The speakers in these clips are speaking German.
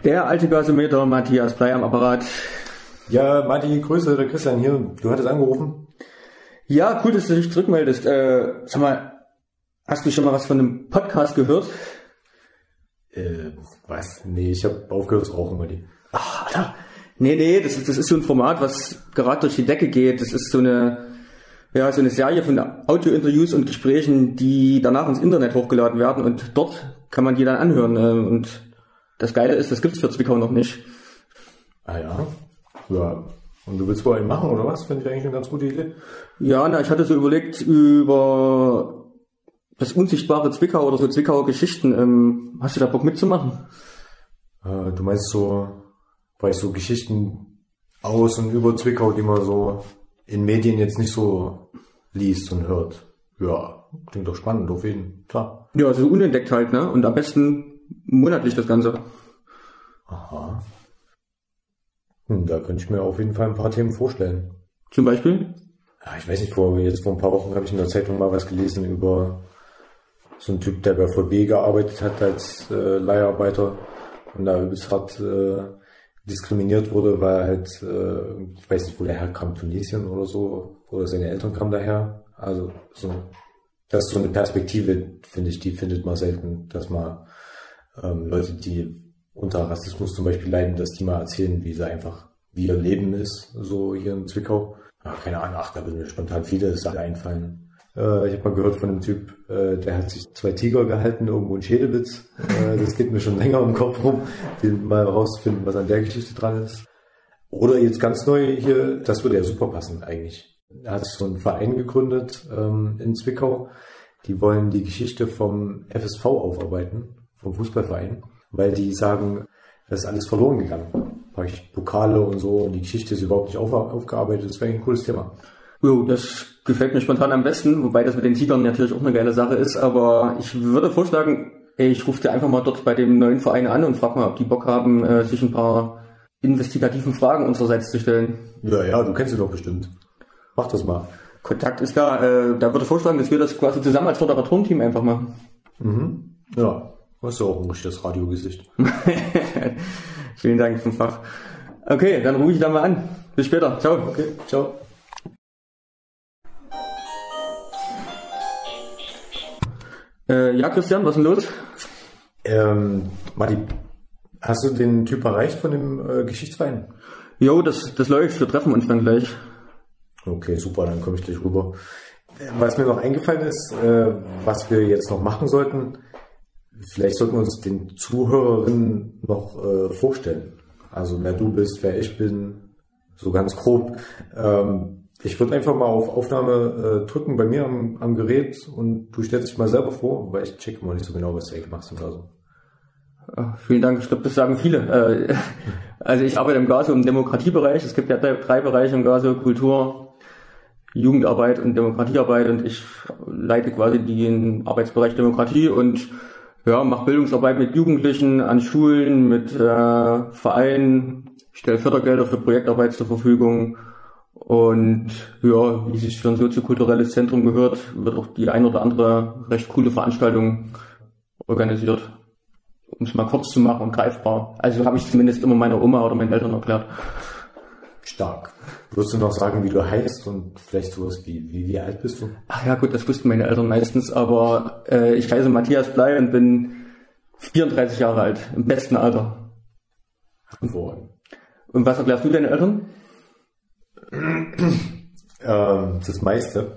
Der alte Gasometer, Matthias Blei am Apparat. Ja, Matti, Grüße, der Christian hier. Du hattest angerufen. Ja, cool, dass du dich zurückmeldest. Sag mal, hast du schon mal was von einem Podcast gehört? Was? Nee, ich habe aufgehört zu rauchen, Matti. Ach, Alter. Nee, das ist so ein Format, was gerade durch die Decke geht. Das ist so eine Serie von Audiointerviews und Gesprächen, die danach ins Internet hochgeladen werden und dort kann man die dann anhören. Und das Geile ist, das gibt's für Zwickau noch nicht. Ah ja? Ja. Und du willst wohl einen machen, oder was? Finde ich eigentlich eine ganz gute Idee. Ja, ich hatte so überlegt über das unsichtbare Zwickau oder so Zwickauer Geschichten. Hast du da Bock mitzumachen? Du meinst so Geschichten aus und über Zwickau, die man so in Medien jetzt nicht so liest und hört. Ja, klingt doch spannend, auf jeden Fall. Klar. Ja, so unentdeckt halt, ne? Und am besten monatlich das Ganze. Aha. Da könnte ich mir auf jeden Fall ein paar Themen vorstellen. Zum Beispiel? Ja, ich weiß nicht, vor ein paar Wochen habe ich in der Zeitung mal was gelesen über so einen Typ, der bei VW gearbeitet hat als Leiharbeiter und da übelst hart diskriminiert wurde, weil er halt, ich weiß nicht, wo der herkam, Tunesien oder so, oder seine Eltern kamen daher. Also das ist so eine Perspektive, finde ich, die findet man selten, dass man Leute, die unter Rassismus zum Beispiel leiden, dass die mal erzählen, wie ihr Leben ist, so hier in Zwickau. Ach, keine Ahnung, da würden mir spontan viele Sachen einfallen. Ich habe mal gehört von einem Typ, der hat sich 2 Tiger gehalten, irgendwo in Schädelwitz. Das geht mir schon länger im Kopf rum, mal rauszufinden, was an der Geschichte dran ist. Oder jetzt ganz neu hier, das würde ja super passen eigentlich. Er hat so einen Verein gegründet in Zwickau. Die wollen die Geschichte vom FSV aufarbeiten, vom Fußballverein, weil die sagen, das ist alles verloren gegangen. Pokale und so, und die Geschichte ist überhaupt nicht aufgearbeitet. Das wäre ein cooles Thema. Jo, das gefällt mir spontan am besten, wobei das mit den Tigern natürlich auch eine geile Sache ist, aber ich würde vorschlagen, ich rufe dir einfach mal dort bei dem neuen Verein an und frage mal, ob die Bock haben, sich ein paar investigativen Fragen unsererseits zu stellen. Ja, du kennst sie doch bestimmt. Mach das mal. Kontakt ist da. Da würde ich vorschlagen, dass wir das quasi zusammen als Moderatorenteam einfach machen. Mhm. Ja, du hast ja auch ein richtiges Radiogesicht. Vielen Dank vom Fach. Okay, dann rufe ich da mal an. Bis später. Ciao. Okay, ciao. Ja, Christian, was ist denn los? Matti, hast du den Typ erreicht von dem Geschichtsverein? Jo, das läuft. Wir treffen uns dann gleich. Okay, super, dann komme ich gleich rüber. Was mir noch eingefallen ist, was wir jetzt noch machen sollten, vielleicht sollten wir uns den Zuhörerinnen noch vorstellen. Also wer du bist, wer ich bin, so ganz grob. Ich würde einfach mal auf Aufnahme drücken bei mir am Gerät und du stellst dich mal selber vor, weil ich checke mal nicht so genau, was du eigentlich machst oder so. Vielen Dank, ich glaube, das sagen viele. Also ich arbeite im GASO im Demokratiebereich. Es gibt ja 3 Bereiche im GASO: Kultur, Jugendarbeit und Demokratiearbeit, und ich leite quasi den Arbeitsbereich Demokratie und mache Bildungsarbeit mit Jugendlichen an Schulen, mit Vereinen, stelle Fördergelder für Projektarbeit zur Verfügung. Und wie sich für ein soziokulturelles Zentrum gehört, wird auch die ein oder andere recht coole Veranstaltung organisiert. Um es mal kurz zu machen und greifbar. Also habe ich zumindest immer meiner Oma oder meinen Eltern erklärt. Stark. Würdest du noch sagen, wie du heißt und vielleicht sowas wie alt bist du? Ach ja, gut, das wussten meine Eltern meistens, aber ich heiße Matthias Blei und bin 34 Jahre alt, im besten Alter. Hervorragend. Und was erklärst du deinen Eltern? Das meiste.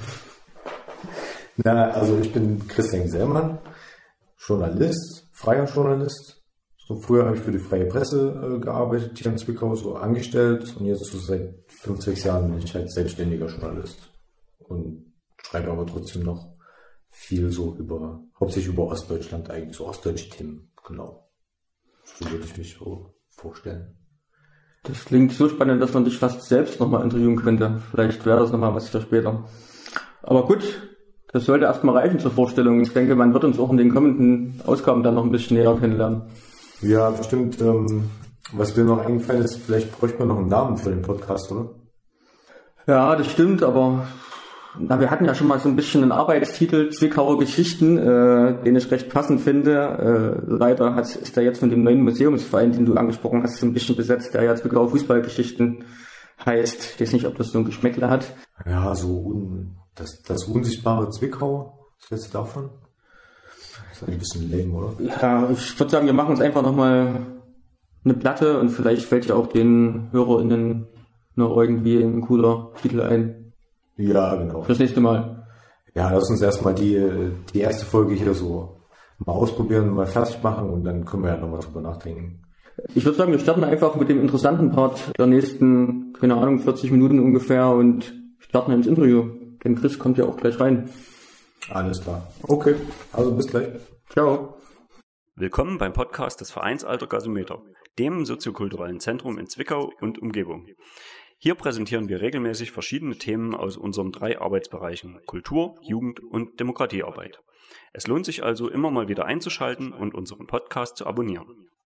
Also ich bin Christian Sellmann, Journalist, freier Journalist. So früher habe ich für die Freie Presse gearbeitet, hier in Zwickau, so angestellt, und jetzt so seit 5, 6 Jahren bin ich halt selbstständiger Journalist und schreibe aber trotzdem noch viel so hauptsächlich über Ostdeutschland, eigentlich so ostdeutsche Themen, genau. So würde ich mich so vorstellen. Das klingt so spannend, dass man dich fast selbst nochmal interviewen könnte. Vielleicht wäre das nochmal was für später. Aber gut, das sollte erstmal reichen zur Vorstellung. Ich denke, man wird uns auch in den kommenden Ausgaben dann noch ein bisschen näher kennenlernen. Ja, bestimmt. Was mir noch eingefallen ist, vielleicht bräuchte man noch einen Namen für den Podcast, oder? Ja, das stimmt, aber Na, wir hatten ja schon mal so ein bisschen einen Arbeitstitel, Zwickauer Geschichten, den ich recht passend finde. Leider ist der jetzt von dem neuen Museumsverein, den du angesprochen hast, so ein bisschen besetzt, der ja Zwickauer Fußballgeschichten heißt. Ich weiß nicht, ob das so ein Geschmäckle hat. Ja, das unsichtbare Zwickau, was hältst du davon? Das ist ein bisschen lame, oder? Ja, ich würde sagen, wir machen uns einfach nochmal eine Platte und vielleicht fällt ja auch den HörerInnen noch irgendwie ein cooler Titel ein. Ja, genau. Fürs nächste Mal. Ja, lass uns erstmal die erste Folge hier so mal ausprobieren, mal fertig machen und dann können wir ja nochmal drüber nachdenken. Ich würde sagen, wir starten einfach mit dem interessanten Part der nächsten, 40 Minuten ungefähr und starten ins Interview. Denn Chris kommt ja auch gleich rein. Alles klar. Okay, also bis gleich. Ciao. Willkommen beim Podcast des Vereins Alter Gasometer, dem soziokulturellen Zentrum in Zwickau und Umgebung. Hier präsentieren wir regelmäßig verschiedene Themen aus unseren 3 Arbeitsbereichen Kultur, Jugend und Demokratiearbeit. Es lohnt sich also immer mal wieder einzuschalten und unseren Podcast zu abonnieren.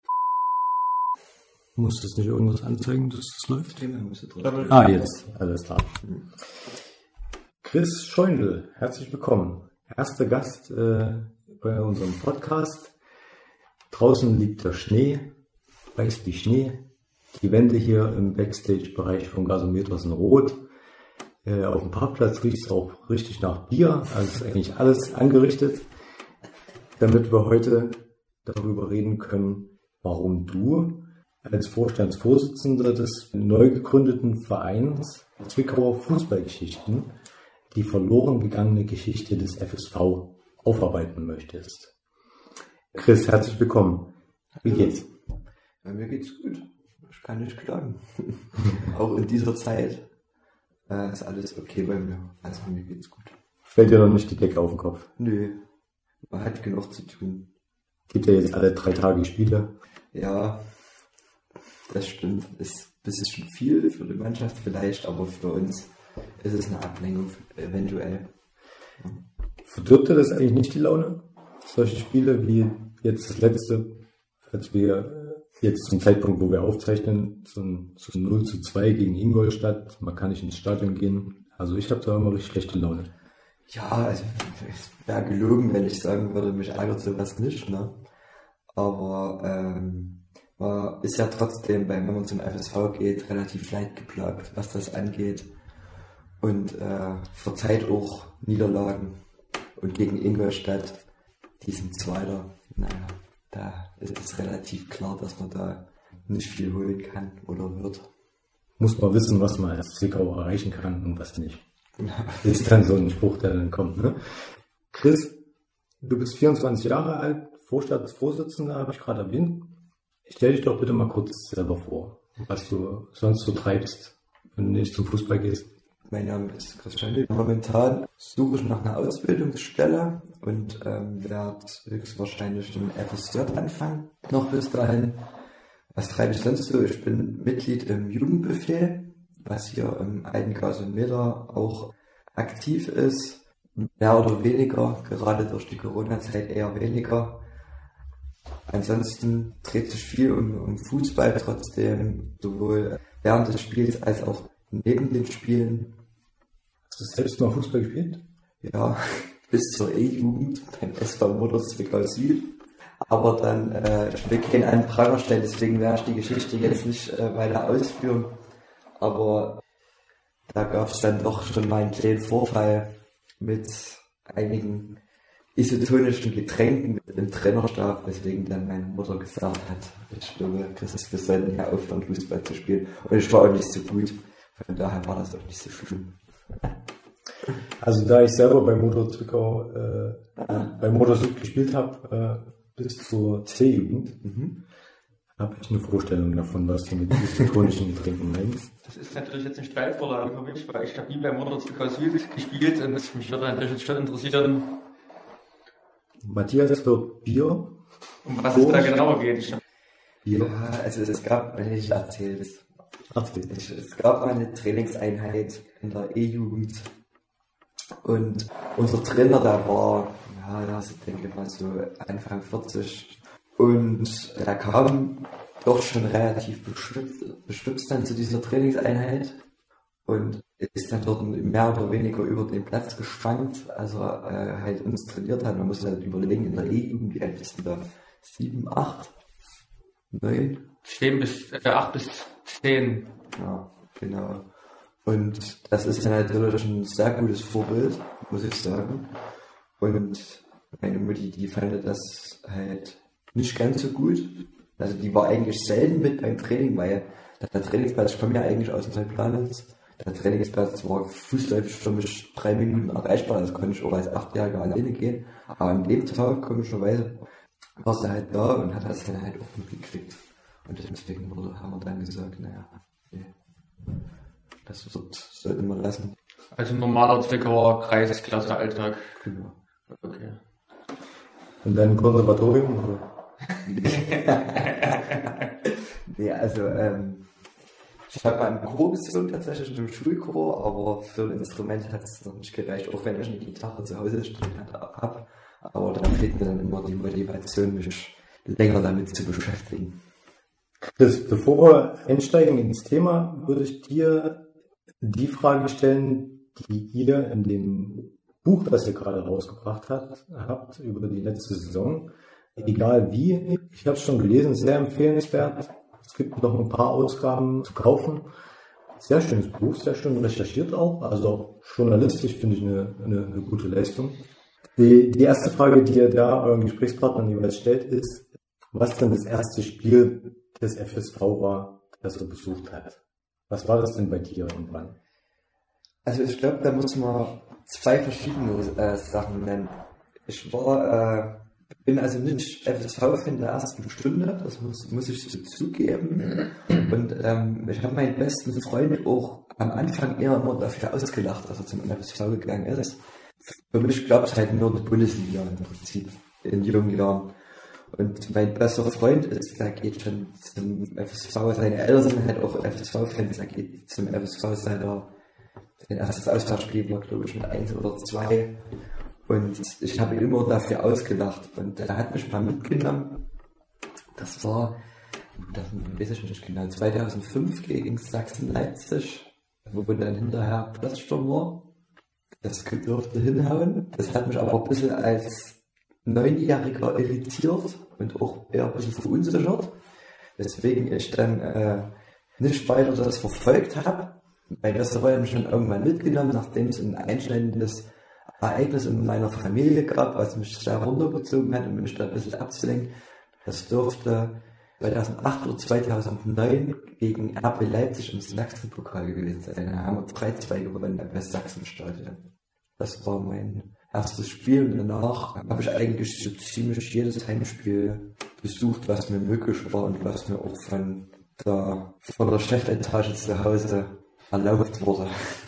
Muss das nicht irgendwas anzeigen, dass das läuft? Jetzt. Alles klar. Chris Scheundl, herzlich willkommen. Erster Gast bei unserem Podcast. Draußen liegt der Schnee, weiß wie Schnee. Die Wände hier im Backstage-Bereich vom Gasometer sind rot. Auf dem Parkplatz riecht es auch richtig nach Bier. Also ist eigentlich alles angerichtet, damit wir heute darüber reden können, warum du als Vorstandsvorsitzender des neu gegründeten Vereins Zwickauer Fußballgeschichten die verloren gegangene Geschichte des FSV aufarbeiten möchtest. Chris, herzlich willkommen. Wie geht's? Ja, mir geht's gut. Ich kann nicht klagen. Auch in dieser Zeit ist alles okay bei mir. Also mir geht's gut. Fällt dir noch nicht die Decke auf den Kopf? Nö, man hat genug zu tun. Gibt ja jetzt alle 3 Tage Spiele. Ja, das stimmt. Ist ein bisschen viel für die Mannschaft vielleicht, aber für uns ist es eine Ablenkung eventuell. Verdirbt dir das eigentlich nicht die Laune? Solche Spiele wie jetzt das letzte, als wir jetzt zum Zeitpunkt, wo wir aufzeichnen, so 0:2 gegen Ingolstadt. Man kann nicht ins Stadion gehen. Also ich habe da immer richtig schlechte Laune. Ja, also es wäre gelogen, wenn ich sagen würde, mich ärgert sowas nicht, ne? Aber man ist ja trotzdem, wenn man zum FSV geht, relativ leidgeplagt, was das angeht. Und verzeiht auch Niederlagen. Und gegen Ingolstadt, die sind Zweiter. Naja, da ist es relativ klar, dass man da nicht viel holen kann oder wird. Muss man wissen, was man als Zwickau erreichen kann und was nicht. Das ist dann so ein Spruch, der dann kommt. Ne? Chris, du bist 24 Jahre alt, Vorstandsvorsitzender, habe ich gerade erwähnt. Stell dich doch bitte mal kurz selber vor, was du sonst so treibst, wenn du nicht zum Fußball gehst. Mein Name ist Chris Scheindl. Momentan suche ich nach einer Ausbildungsstelle und werde höchstwahrscheinlich im FSJ anfangen. Noch bis dahin. Was treibe ich sonst so? Ich bin Mitglied im Jugendbefehl, was hier im alten Gasometer auch aktiv ist. Mehr oder weniger, gerade durch die Corona-Zeit eher weniger. Ansonsten dreht sich viel um Fußball trotzdem, sowohl während des Spiels als auch neben den Spielen. Hast du selbst mal Fußball gespielt? Ja, bis zur E-Jugend beim SV Motor Zwickau Süd. Aber dann, ich will keinen an den Pranger stellen, deswegen werde ich die Geschichte jetzt nicht weiter ausführen. Aber da gab es dann doch schon mal einen kleinen Vorfall mit einigen isotonischen Getränken im Trainerstab, weswegen dann meine Mutter gesagt hat, ich glaube, Chris, wir sollten ja aufhören, Fußball zu spielen. Und ich war auch nicht so gut. Von daher war das auch nicht so schlimm. Also da ich selber bei Motor Zwickau, bei Motor Süd gespielt habe, bis zur C-Jugend, habe ich eine Vorstellung davon, was du mit isotonischen Getränken meinst. Das ist natürlich jetzt eine Steilvorlage für mich, weil ich habe nie bei Motor Zwickau Süd gespielt und das mich würde natürlich jetzt schon interessieren. Matthias wird Bier. Um was es da genauer geht. Ja, also es gab, wenn ich erzähle, es gab eine Trainingseinheit in der E-Jugend und unser Trainer, der war, ich denke mal so Anfang 40 und der kam doch schon relativ beschwipst dann zu dieser Trainingseinheit und ist dann dort mehr oder weniger über den Platz geschwankt, als er halt uns trainiert hat. Man muss halt überlegen, in der E-Jugend, wie alt bist du da? 7, 8, 9? 8 bis 10. Ja, genau. Und das ist dann halt natürlich ein sehr gutes Vorbild, muss ich sagen. Und meine Mutti, die fand das halt nicht ganz so gut. Also die war eigentlich selten mit beim Training, weil der Trainingsplatz, ich komme ja eigentlich aus dem Neuplanitz, der Trainingsplatz war fußläufig für mich 3 Minuten erreichbar, also konnte ich auch als 8-Jähriger alleine gehen. Aber an dem Tag, komischerweise, war sie halt da und hat das dann halt auch mitgekriegt. Und deswegen haben wir dann gesagt, naja, nee, das sollte man lassen. Also normaler Zwickauer Kreisklasse-Alltag. Genau. Okay. Und dann Konservatorium, oder? Nee, also, ich habe mal im Chor gesungen, tatsächlich im Schulchor, aber für ein Instrument hat es noch nicht gereicht, auch wenn ich eine Gitarre zu Hause stehen habe. Aber da fehlt mir dann immer die Motivation, mich länger damit zu beschäftigen. Bevor wir einsteigen ins Thema, würde ich dir die Frage stellen, die ihr in dem Buch, das ihr gerade rausgebracht habt, über die letzte Saison, egal wie, ich habe es schon gelesen, sehr empfehlenswert. Es gibt noch ein paar Ausgaben zu kaufen. Sehr schönes Buch, sehr schön recherchiert auch, also journalistisch finde ich eine gute Leistung. Die erste Frage, die ihr da euren Gesprächspartnern jeweils stellt, ist, was denn das erste Spiel des FSV war, das er besucht hat. Was war das denn bei dir und wann? Also ich glaube, da muss man 2 verschiedene Sachen nennen. Ich bin also nicht FSV-Fan der ersten Stunde, das muss ich so zugeben. Und ich habe meinen besten Freund auch am Anfang eher immer dafür ausgelacht, dass er zum FSV gegangen ist. Für mich gab es halt nur die Bundesliga im Prinzip in jungen Jahren. Und mein bester Freund der geht schon zum FSV, seine Eltern sind halt auch FSV-Fans, der geht zum FSV seit er sein erstes Auswärtsspiel war, glaube ich, mit 1 oder 2. Und ich habe ihn immer dafür ausgelacht. Und er hat mich mal mitgenommen. Das war, weiß ich nicht genau, 2005 gegen Sachsen-Leipzig, wo dann hinterher Platzsturm war. Das dürfte hinhauen. Das hat mich aber ein bisschen als 9-Jähriger irritiert und auch eher ein bisschen verunsichert. Weswegen ich dann nicht weiter das verfolgt habe. Mein bester Freund hat mich dann irgendwann mitgenommen, nachdem es ein einschneidendes Ereignis in meiner Familie gab, was mich sehr runtergezogen hat, um mich da ein bisschen abzulenken. Das dürfte 2008 oder 2009 gegen RB Leipzig im Sachsenpokal gewesen sein. Da haben wir 3-2 gewonnen im Westsachsenstadion. Das war mein erstes Spiel und danach habe ich eigentlich so ziemlich jedes Heimspiel besucht, was mir möglich war und was mir auch von der Chefetage zu Hause erlaubt wurde.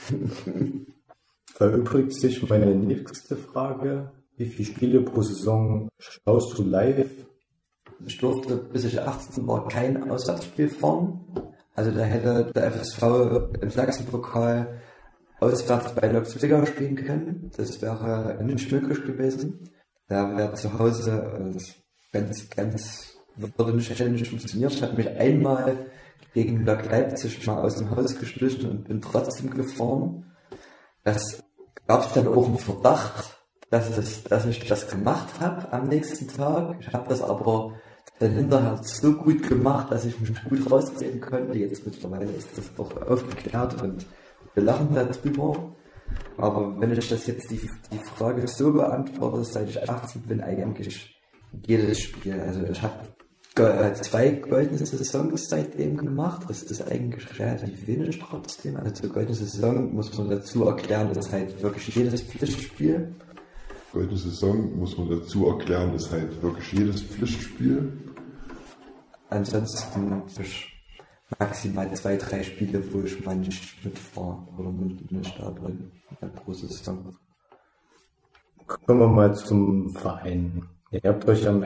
Verübrigt sich meine nächste Frage. Wie viele Spiele pro Saison schaust du live? Ich durfte, bis ich 18 war, kein Auswärtsspiel fahren. Also da hätte der FSV im Sachsenpokal auswärts bei Lok Zwickau spielen können. Das wäre nicht möglich gewesen. Da wäre zu Hause würde nicht ständig funktioniert. Ich habe mich einmal gegen Lok Leipzig mal aus dem Haus geschlichen und bin trotzdem gefahren. Das gab es dann auch einen Verdacht, dass ich das gemacht habe am nächsten Tag. Ich habe das aber dann hinterher so gut gemacht, dass ich mich gut rausreden konnte. Jetzt mittlerweile ist das auch aufgeklärt und wir lachen darüber. Aber wenn ich das jetzt die Frage so beantworte, seit ich 18 bin, eigentlich jedes Spiel. Also ich habe 2 goldene Saisons seitdem gemacht. Das ist eigentlich relativ wenig trotzdem. Also goldene Saison muss man dazu erklären, ist halt wirklich jedes Pflichtspiel. Goldene Saison muss man dazu erklären, ist halt wirklich jedes Pflichtspiel. Ansonsten maximal 2-3 Spiele, wo ich mal nicht mitfahre oder nicht da drin. Eine große Saison. Kommen wir mal zum Verein. Ihr habt euch am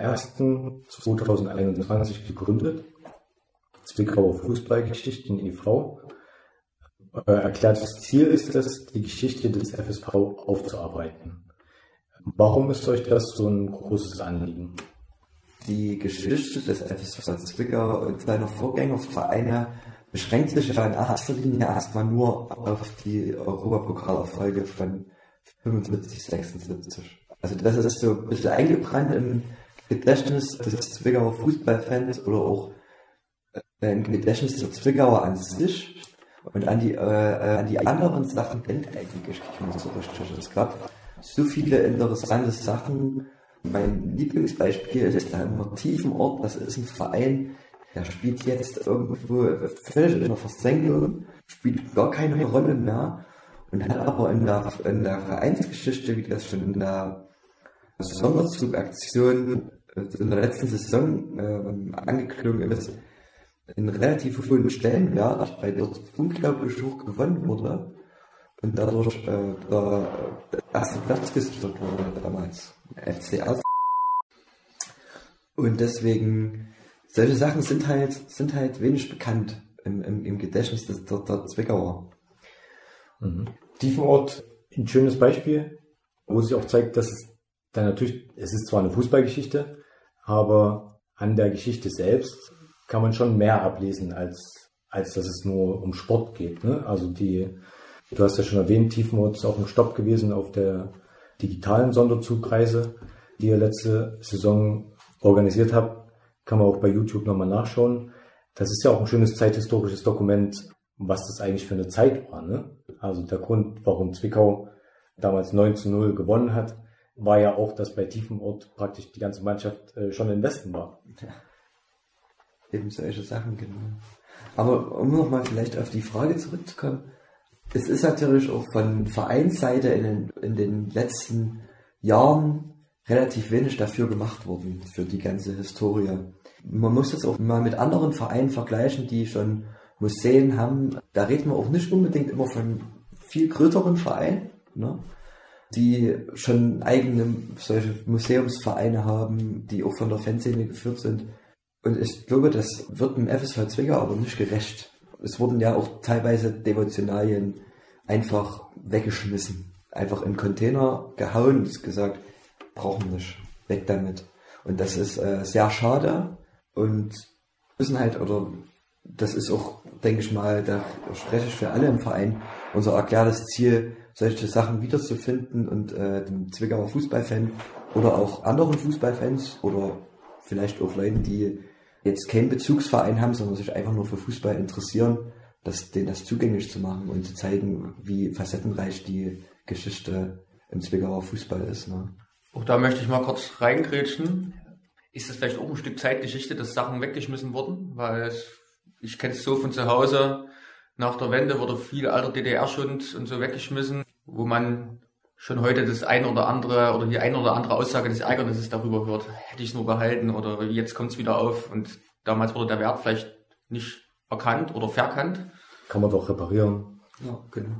01.01.2021 gegründet. Zwickauer Fußballgeschichten e.V. Euer erklärtes Ziel ist es, die Geschichte des FSV aufzuarbeiten. Warum ist euch das so ein großes Anliegen? Die Geschichte des FSV Zwickau und seiner Vorgängervereine beschränkt sich ja in erster Linie erstmal nur auf die Europapokalerfolge von 75, 76. Also das ist so ein bisschen eingebrannt im Gedächtnis des Zwickauer Fußballfans oder auch im Gedächtnis der Zwickauer an sich. Und an die anderen Sachen denkt eigentlich nicht so richtig. Es gab so viele interessante Sachen. Mein Lieblingsbeispiel ist da immer Tiefenort. Das ist ein Verein, der spielt jetzt irgendwo völlig in der Versenkung, spielt gar keine Rolle mehr und hat aber in der Vereinsgeschichte, wie das schon in der Sonderzugaktion in der letzten Saison angeklungen ist, einen relativ hohen Stellenwert, weil dort unglaublich hoch gewonnen wurde und dadurch der erste Platz gesichert wurde damals, FCA. Und deswegen, solche Sachen sind halt wenig bekannt im Gedächtnis der Zwickauer. Mhm. Tiefenort, ein schönes Beispiel, wo sich auch zeigt, dass es dann natürlich, es ist zwar eine Fußballgeschichte, aber an der Geschichte selbst kann man schon mehr ablesen, als dass es nur um Sport geht. Ne? Also du hast ja schon erwähnt, Tiefenort ist auch ein Stopp gewesen auf der digitalen Sonderzugreise, die ihr letzte Saison organisiert habt. Kann man auch bei YouTube nochmal nachschauen. Das ist ja auch ein schönes zeithistorisches Dokument, was das eigentlich für eine Zeit war. Ne? Also der Grund, warum Zwickau damals 9:0 gewonnen hat, war ja auch, dass bei Tiefenort praktisch die ganze Mannschaft schon im Westen war. Ja. Eben solche Sachen, genau. Aber um nochmal vielleicht auf die Frage zurückzukommen, es ist natürlich auch von Vereinsseite in den letzten Jahren relativ wenig dafür gemacht worden, für die ganze Historie. Man muss das auch mal mit anderen Vereinen vergleichen, die schon Museen haben. Da reden wir auch nicht unbedingt immer von viel größeren Vereinen, ne? Die schon eigene solche Museumsvereine haben, die auch von der Fanszene geführt sind. Und ich glaube, das wird dem FSV Zwickau aber nicht gerecht. Es wurden ja auch teilweise Devotionalien einfach weggeschmissen. Einfach in Container gehauen und gesagt, brauchen wir nicht, weg damit. Und das ist sehr schade und müssen halt, oder das ist auch, denke ich mal, da spreche ich für alle im Verein, unser erklärtes Ziel, solche Sachen wiederzufinden und dem Zwickauer Fußballfan oder auch anderen Fußballfans oder vielleicht auch Leuten, die jetzt keinen Bezugsverein haben, sondern sich einfach nur für Fußball interessieren, denen das zugänglich zu machen und zu zeigen, wie facettenreich die Geschichte im Zwickauer Fußball ist. Ne? Auch da möchte ich mal kurz reingrätschen. Ist das vielleicht auch ein Stück Zeitgeschichte, dass Sachen weggeschmissen wurden? Weil ich kenne es so von zu Hause, nach der Wende wurde viel alter DDR-Schund und so weggeschmissen, wo man schon heute das eine oder andere oder die eine oder andere Aussage des Ärgernisses darüber hört. Hätte ich es nur behalten oder jetzt kommt es wieder auf und damals wurde der Wert vielleicht nicht erkannt oder verkannt. Kann man doch reparieren. Ja, genau.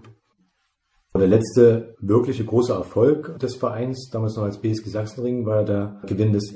Der letzte wirkliche große Erfolg des Vereins, damals noch als BSG Sachsenring, war der Gewinn des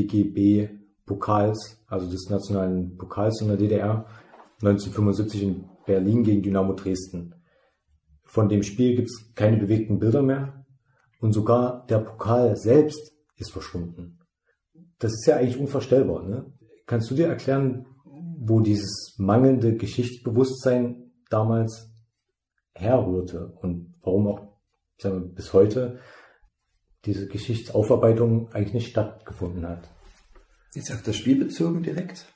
FDGB-Pokals, also des nationalen Pokals in der DDR, 1975 in Berlin gegen Dynamo Dresden. Von dem Spiel gibt es keine bewegten Bilder mehr und sogar der Pokal selbst ist verschwunden. Das ist ja eigentlich unvorstellbar. Ne? Kannst du dir erklären, wo dieses mangelnde Geschichtsbewusstsein damals herrührte und warum auch, sagen wir, bis heute diese Geschichtsaufarbeitung eigentlich nicht stattgefunden hat? Jetzt auf das Spiel bezogen direkt?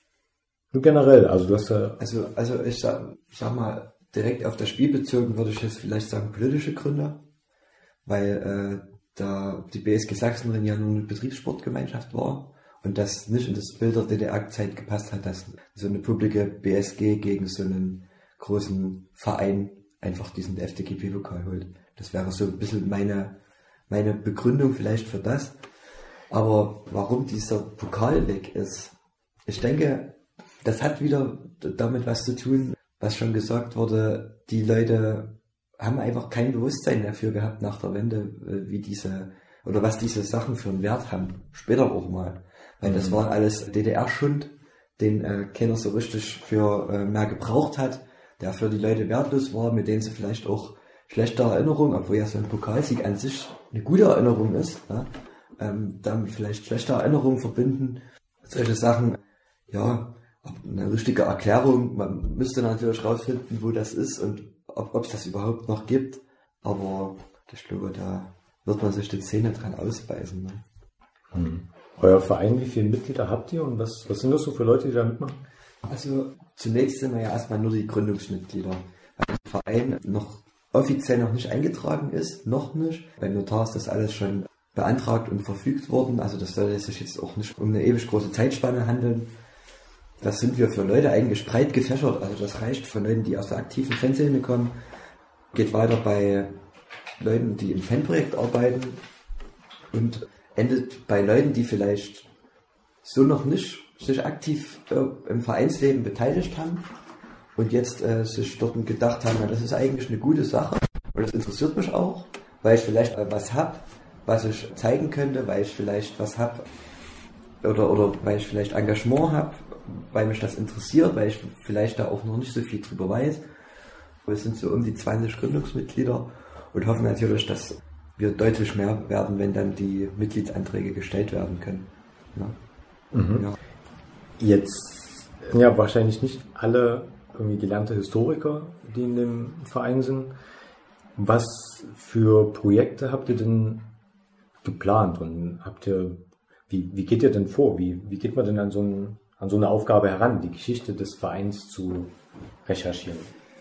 Nur generell, also du hast ja... Also ich sag mal, direkt auf das Spiel bezogen würde ich jetzt vielleicht sagen politische Gründe, weil da die BSG Sachsenring ja nur eine Betriebssportgemeinschaft war und das nicht in das Bild der DDR-Zeit gepasst hat, dass so eine publike BSG gegen so einen großen Verein einfach diesen FDGB-Pokal holt. Das wäre so ein bisschen meine Begründung vielleicht für das. Aber warum dieser Pokal weg ist, ich denke, das hat wieder damit was zu tun, was schon gesagt wurde, die Leute haben einfach kein Bewusstsein dafür gehabt nach der Wende, was diese Sachen für einen Wert haben. Später auch mal. Weil das war alles DDR-Schund, den keiner so richtig für mehr gebraucht hat, der für die Leute wertlos war, mit denen sie vielleicht auch schlechte Erinnerungen, obwohl ja so ein Pokalsieg an sich eine gute Erinnerung ist, damit vielleicht schlechte Erinnerungen verbinden. Solche Sachen, ja. Eine richtige Erklärung, man müsste natürlich rausfinden, wo das ist und ob es das überhaupt noch gibt. Aber ich glaube, da wird man sich die Zähne dran ausbeißen. Ne? Euer Verein, wie viele Mitglieder habt ihr und was sind das so für Leute, die da mitmachen? Also zunächst sind wir ja erstmal nur die Gründungsmitglieder, weil der Verein noch offiziell noch nicht eingetragen ist, noch nicht. Beim Notar ist das alles schon beantragt und verfügt worden, also das soll sich jetzt auch nicht um eine ewig große Zeitspanne handeln. Das sind wir für Leute eigentlich breit gefächert, also das reicht von Leuten, die aus der aktiven Fanszene kommen, geht weiter bei Leuten, die im Fanprojekt arbeiten und endet bei Leuten, die vielleicht so noch nicht sich aktiv im Vereinsleben beteiligt haben und jetzt sich dort gedacht haben, na, das ist eigentlich eine gute Sache und das interessiert mich auch, weil ich vielleicht was habe, was ich zeigen könnte, weil ich vielleicht was habe oder weil ich vielleicht Engagement habe, weil mich das interessiert, weil ich vielleicht da auch noch nicht so viel drüber weiß. Wir sind so um die 20 Gründungsmitglieder und hoffen natürlich, dass wir deutlich mehr werden, wenn dann die Mitgliedsanträge gestellt werden können. Ja. Ja. Jetzt sind ja wahrscheinlich nicht alle irgendwie gelernte Historiker, die in dem Verein sind. Was für Projekte habt ihr denn geplant und wie geht ihr denn vor? Wie geht man denn an so eine Aufgabe heran, die Geschichte des Vereins zu recherchieren?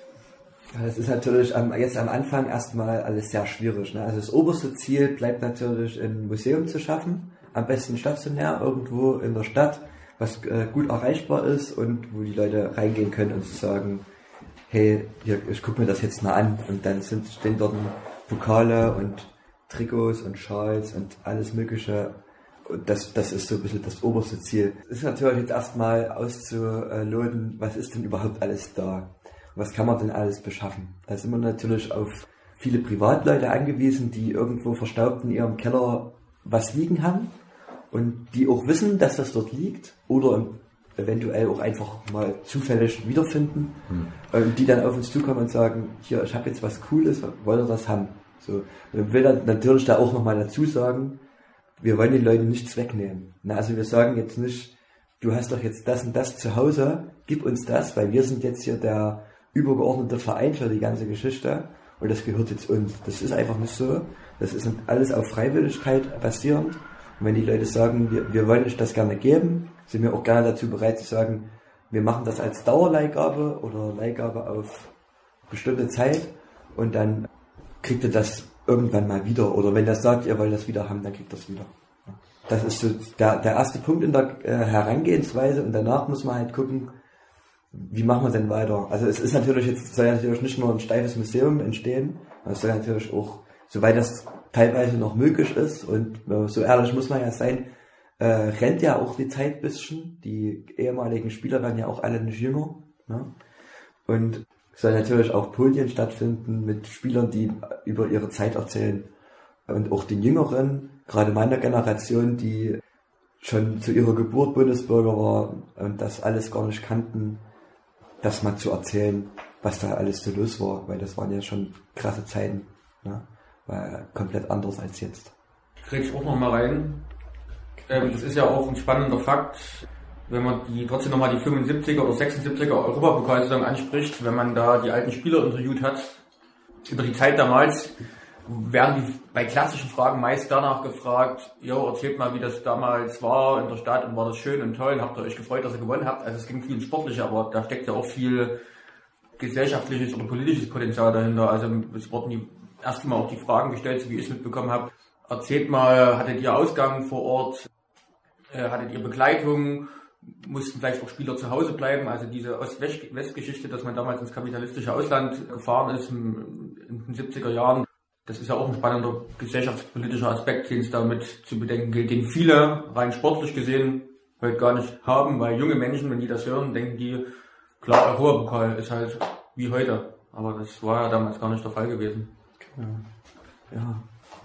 Ja, das ist natürlich jetzt am Anfang erstmal alles sehr schwierig. Ne? Also das oberste Ziel bleibt natürlich, ein Museum zu schaffen, am besten stationär irgendwo in der Stadt, was gut erreichbar ist und wo die Leute reingehen können und zu sagen, hey, hier, ich gucke mir das jetzt mal an und dann stehen dort Pokale und Trikots und Schals und alles mögliche. Und das ist so ein bisschen das oberste Ziel. Es ist natürlich jetzt erstmal auszuloten, was ist denn überhaupt alles da? Was kann man denn alles beschaffen? Da sind wir natürlich auf viele Privatleute angewiesen, die irgendwo verstaubt in ihrem Keller was liegen haben und die auch wissen, dass das dort liegt oder eventuell auch einfach mal zufällig wiederfinden und die dann auf uns zukommen und sagen, hier, ich habe jetzt was Cooles, wollt ihr das haben? So. Und ich will dann natürlich da auch nochmal dazu sagen, wir wollen den Leuten nichts wegnehmen. Na, also wir sagen jetzt nicht, du hast doch jetzt das und das zu Hause, gib uns das, weil wir sind jetzt hier der übergeordnete Verein für die ganze Geschichte und das gehört jetzt uns. Das ist einfach nicht so. Das ist alles auf Freiwilligkeit basierend. Und wenn die Leute sagen, wir wollen euch das gerne geben, sind wir auch gerne dazu bereit zu sagen, wir machen das als Dauerleihgabe oder Leihgabe auf bestimmte Zeit und dann kriegt ihr das irgendwann mal wieder. Oder wenn das sagt, ihr wollt das wieder haben, dann kriegt ihr das wieder. Das ist so der erste Punkt in der Herangehensweise und danach muss man halt gucken, wie machen wir denn weiter? Also es ist natürlich jetzt, soll natürlich nicht nur ein steifes Museum entstehen, es soll natürlich auch, soweit das teilweise noch möglich ist und so ehrlich muss man ja sein, rennt ja auch die Zeit ein bisschen. Die ehemaligen Spieler werden ja auch alle nicht jünger. Ne? Und es soll natürlich auch Podien stattfinden mit Spielern, die über ihre Zeit erzählen. Und auch den Jüngeren, gerade meiner Generation, die schon zu ihrer Geburt Bundesbürger war und das alles gar nicht kannten, das mal zu erzählen, was da alles so los war, weil das waren ja schon krasse Zeiten, ne? War komplett anders als jetzt. Ich kriege ich auch noch mal rein. Das ist ja auch ein spannender Fakt, wenn man trotzdem nochmal die 75er oder 76er Europapokalsaison anspricht, wenn man da die alten Spieler interviewt hat, über die Zeit damals, werden die bei klassischen Fragen meist danach gefragt, erzählt mal, wie das damals war in der Stadt und war das schön und toll und habt ihr euch gefreut, dass ihr gewonnen habt. Also es ging viel Sportliche, aber da steckt ja auch viel gesellschaftliches oder politisches Potenzial dahinter. Also es wurden erst mal auch die Fragen gestellt, so wie ich es mitbekommen habe. Erzählt mal, hattet ihr Ausgang vor Ort, hattet ihr Begleitung, mussten vielleicht auch Spieler zu Hause bleiben, also diese Ost-West-Geschichte, dass man damals ins kapitalistische Ausland gefahren ist in den 70er Jahren. Das ist ja auch ein spannender gesellschaftspolitischer Aspekt, den es damit zu bedenken gilt, den viele rein sportlich gesehen heute gar nicht haben, weil junge Menschen, wenn die das hören, denken die, klar, Europapokal ist halt wie heute, aber das war ja damals gar nicht der Fall gewesen. Ja.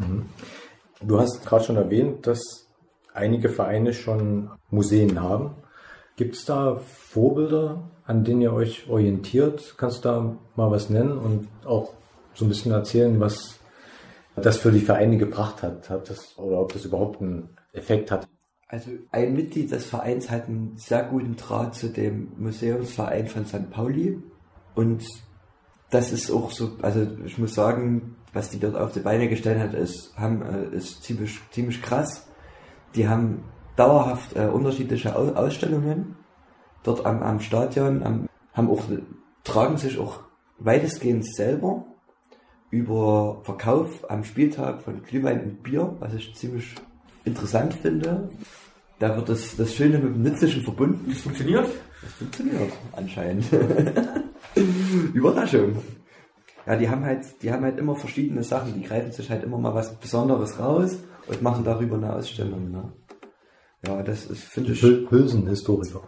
Du hast gerade schon erwähnt, dass einige Vereine schon Museen haben. Gibt es da Vorbilder, an denen ihr euch orientiert? Kannst du da mal was nennen und auch so ein bisschen erzählen, was das für die Vereine gebracht hat, oder ob das überhaupt einen Effekt hat? Also ein Mitglied des Vereins hat einen sehr guten Draht zu dem Museumsverein von St. Pauli und das ist auch so, also ich muss sagen, was die dort auf die Beine gestellt hat, ist ziemlich krass. Die haben dauerhaft unterschiedliche Ausstellungen dort am Stadion, tragen sich auch weitestgehend selber über Verkauf am Spieltag von Glühwein und Bier, was ich ziemlich interessant finde. Da wird das Schöne mit dem Nützlichen verbunden. Das funktioniert? Das funktioniert anscheinend. Überraschung. Ja, die haben halt immer verschiedene Sachen, die greifen sich halt immer mal was Besonderes raus und machen darüber eine Ausstellung. Ne? Ja, das ist, finde ich... Hülsenhistoriker.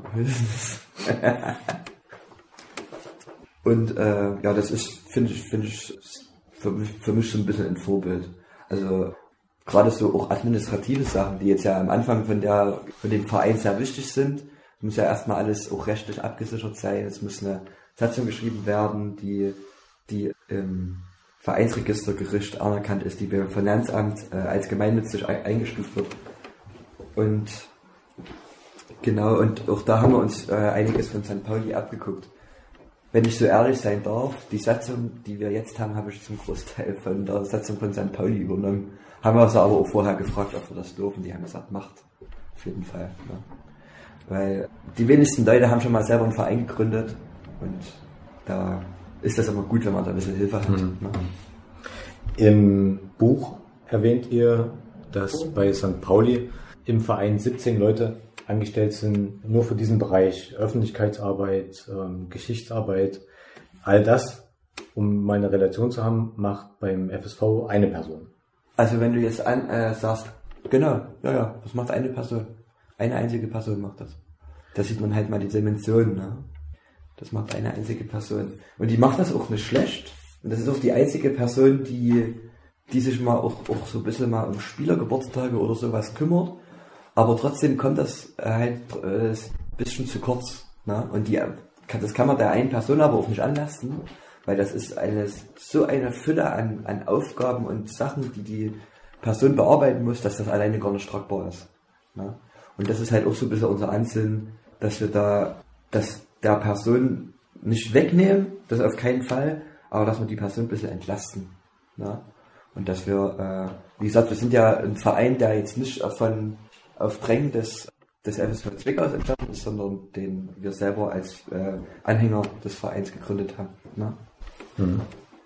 Und ja, das ist, finde ich für mich so ein bisschen ein Vorbild. Also gerade so auch administrative Sachen, die jetzt ja am Anfang von dem Verein sehr wichtig sind, muss ja erstmal alles auch rechtlich abgesichert sein. Es muss eine Satzung geschrieben werden, die im Vereinsregistergericht anerkannt ist, die beim Finanzamt als gemeinnützig eingestuft wird. Und genau, und auch da haben wir uns einiges von St. Pauli abgeguckt. Wenn ich so ehrlich sein darf, die Satzung, die wir jetzt haben, habe ich zum Großteil von der Satzung von St. Pauli übernommen. Haben wir uns aber auch vorher gefragt, ob wir das dürfen. Die haben gesagt, macht. Auf jeden Fall. Ne? Weil die wenigsten Leute haben schon mal selber einen Verein gegründet. Und da ist das immer gut, wenn man da ein bisschen Hilfe hat. Ne? Im Buch erwähnt ihr, dass bei St. Pauli im Verein 17 Leute angestellt sind, nur für diesen Bereich Öffentlichkeitsarbeit, Geschichtsarbeit. All das, um mal eine Relation zu haben, macht beim FSV eine Person. Also wenn du jetzt sagst, genau, ja, das macht eine Person. Eine einzige Person macht das. Da sieht man halt mal die Dimensionen. Ne? Das macht eine einzige Person. Und die macht das auch nicht schlecht. Und das ist auch die einzige Person, die sich mal auch so ein bisschen mal um Spielergeburtstage oder sowas kümmert. Aber trotzdem kommt das halt ein bisschen zu kurz. Ne? Und das kann man der einen Person aber auch nicht anlasten, weil das ist so eine Fülle an Aufgaben und Sachen, die Person bearbeiten muss, dass das alleine gar nicht tragbar ist. Ne? Und das ist halt auch so ein bisschen unser Ansinnen, dass wir das der Person nicht wegnehmen, das auf keinen Fall, aber dass wir die Person ein bisschen entlasten. Ne? Und dass wir, wie gesagt, wir sind ja ein Verein, der jetzt nicht auf Drängen des FSV Zwickau entstanden ist, sondern den wir selber als Anhänger des Vereins gegründet haben. Ne? Mhm.